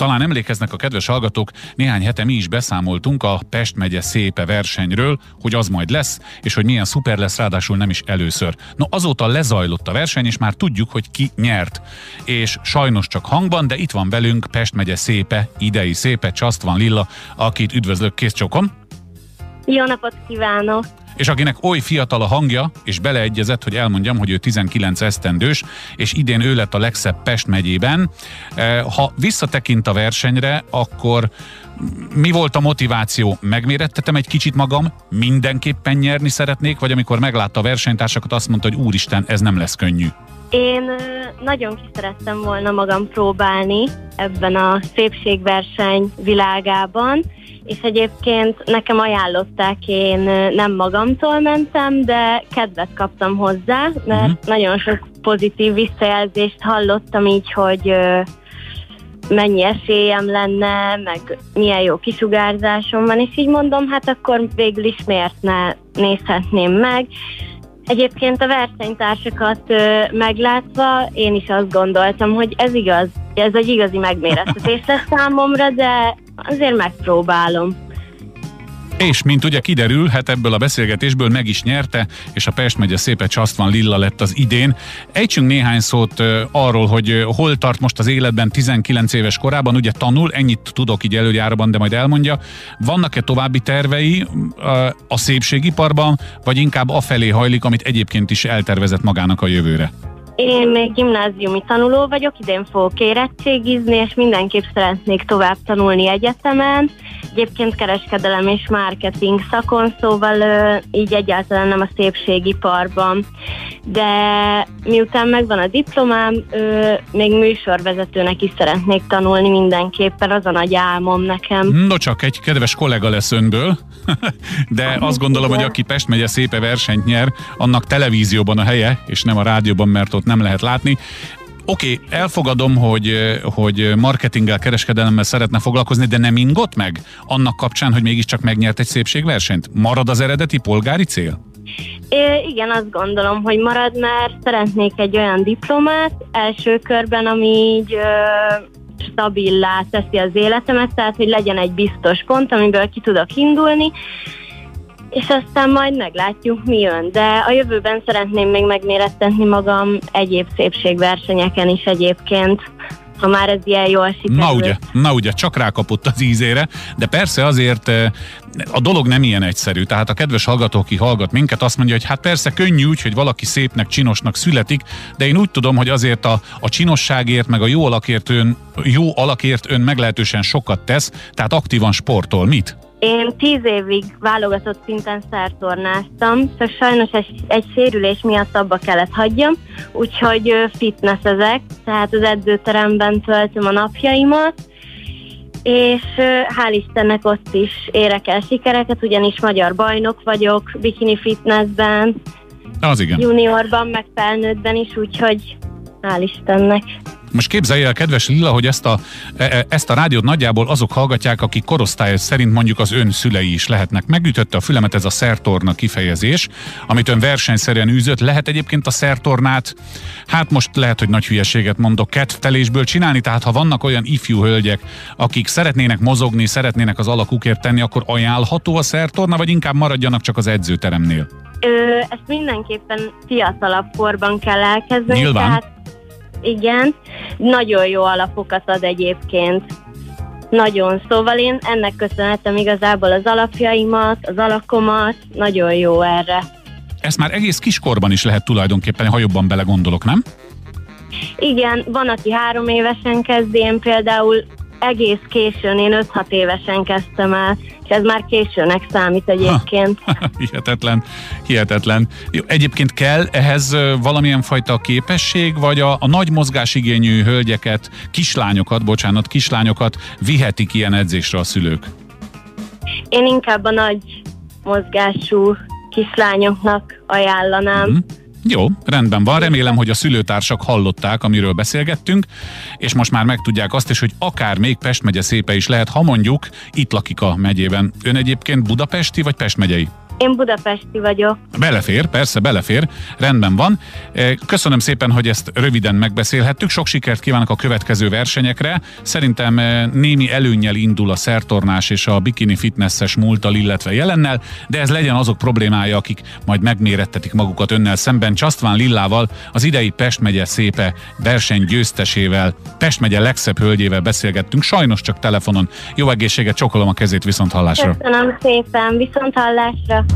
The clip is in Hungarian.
Talán emlékeznek a kedves hallgatók, néhány hete mi is beszámoltunk a Pest megye szépe versenyről, hogy az majd lesz, és hogy milyen szuper lesz, ráadásul nem is először. No, azóta lezajlott a verseny, és már tudjuk, hogy ki nyert. És sajnos csak hangban, de itt van velünk Pest megye szépe, idei szépe, Csasztvan Lilla, akit üdvözlök, kész csokom. Jó napot kívánok! És akinek oly fiatal a hangja, és beleegyezett, hogy elmondjam, hogy ő 19 esztendős, és idén ő lett a legszebb Pest megyében. Ha visszatekint a versenyre, akkor mi volt a motiváció? Megmérettetem egy kicsit magam, mindenképpen nyerni szeretnék, vagy amikor meglátta a versenytársakat, azt mondta, hogy úristen, ez nem lesz könnyű? Én nagyon ki szerettem volna magam próbálni ebben a szépségverseny világában, és egyébként nekem ajánlották, én nem magamtól mentem, de kedvet kaptam hozzá, mert nagyon sok pozitív visszajelzést hallottam így, hogy mennyi esélyem lenne, meg milyen jó kisugárzásom van, és így mondom, hát akkor végül is miért ne nézhetném meg. Egyébként a versenytársakat meglátva én is azt gondoltam, hogy ez igaz, ez egy igazi megmérettetés lesz számomra, de azért megpróbálom. És mint ugye kiderül, hát ebből a beszélgetésből meg is nyerte, és a Pest megye szépe Csasztvan Lilla lett az idén. Ejtsünk néhány szót arról, hogy hol tart most az életben 19 éves korában, ugye tanul, ennyit tudok így előjáróban, de majd elmondja. Vannak-e további tervei a szépségiparban, vagy inkább afelé hajlik, amit egyébként is eltervezett magának a jövőre? Én még gimnáziumi tanuló vagyok, idén fogok érettségizni, és mindenképp szeretnék tovább tanulni egyetemen. Egyébként kereskedelem és marketing szakon, szóval így egyáltalán nem a szépségiparban. De miután megvan a diplomám, még műsorvezetőnek is szeretnék tanulni mindenképpen, az a nagy álmom nekem. No, csak egy kedves kollega lesz önből, de azt gondolom, hogy aki Pest megye szépe versenyt nyer, annak televízióban a helye, és nem a rádióban, mert ott nem lehet látni. Oké, elfogadom, hogy marketinggel, kereskedelemmel szeretne foglalkozni, de nem ingott meg annak kapcsán, hogy mégiscsak megnyert egy szépségversenyt? Marad az eredeti polgári cél? Igen, azt gondolom, hogy marad, mert szeretnék egy olyan diplomát első körben, ami így stabilá teszi az életemet, tehát hogy legyen egy biztos pont, amiből ki tudok indulni, és aztán majd meglátjuk, mi jön. De a jövőben szeretném még megmérettetni magam egyéb szépségversenyeken is egyébként, ha már ez ilyen jól sikerült. Na ugye, csak rákapott az ízére, de persze azért a dolog nem ilyen egyszerű. Tehát a kedves hallgató, aki hallgat minket, azt mondja, hogy hát persze könnyű úgy, hogy valaki szépnek, csinosnak születik, de én úgy tudom, hogy azért a csinosságért, meg a jó alakért ön meglehetősen sokat tesz, tehát aktívan sportol. Mit? Én 10 évig válogatott szinten szertornáztam, szóval sajnos egy sérülés miatt abba kellett hagyjam, úgyhogy fitnessezek, tehát az edzőteremben töltöm a napjaimat, és hál' Istennek ott is érek el sikereket, ugyanis magyar bajnok vagyok, bikini fitnessben, az igen. Juniorban, meg felnőttben is, úgyhogy hál' Istennek. Most képzelje el, kedves Lilla, hogy ezt a rádiót nagyjából azok hallgatják, akik korosztály szerint mondjuk az ön szülei is lehetnek. Megütötte a fülemet ez a szertorna kifejezés, amit ön versenyszerűen űzött. Lehet egyébként a szertornát, hát most lehet, hogy nagy hülyeséget mondok, kedvtelésből csinálni, tehát ha vannak olyan ifjú hölgyek, akik szeretnének mozogni, szeretnének az alakukért tenni, akkor ajánlható a szertorna, vagy inkább maradjanak csak az edzőteremnél? Ezt mindenképpen fiatalabb korban kell elkezdeni. Nyilván. Tehát igen, nagyon jó alapokat ad egyébként. Nagyon, szóval én ennek köszönhetem igazából az alapjaimat, az alakomat, nagyon jó erre. Ezt már egész kiskorban is lehet tulajdonképpen, ha jobban belegondolok, nem? Igen, van, aki 3 évesen kezdi, én például egész későn, én 5-6 évesen kezdtem el, és ez már későnek számít egyébként. Hihetetlen. Jó, egyébként kell ehhez valamilyen fajta képesség, vagy a nagy mozgásigényű hölgyeket, kislányokat vihetik ilyen edzésre a szülők? Én inkább a nagy mozgású kislányoknak ajánlanám. Jó, rendben van. Remélem, hogy a szülőtársak hallották, amiről beszélgettünk, és most már megtudják azt is, hogy akár még Pest megye szépe is lehet, ha mondjuk itt lakik a megyében. Ön egyébként budapesti vagy Pest megyei? Én budapesti vagyok. Belefér, persze, belefér, rendben van. Köszönöm szépen, hogy ezt röviden megbeszélhettük. Sok sikert kívánok a következő versenyekre. Szerintem némi előnnyel indul a szertornás és a bikini fitnesses múlttal, illetve jelennel, de ez legyen azok problémája, akik majd megmérettetik magukat önnel szemben. Csasztván Lillával, az idei Pest megye szépe verseny győztesével, Pest megye legszebb hölgyével beszélgettünk, sajnos csak telefonon. Jó egészséget, csokolom a kezét, viszont hallásra. Köszönöm szépen, viszont hallásra.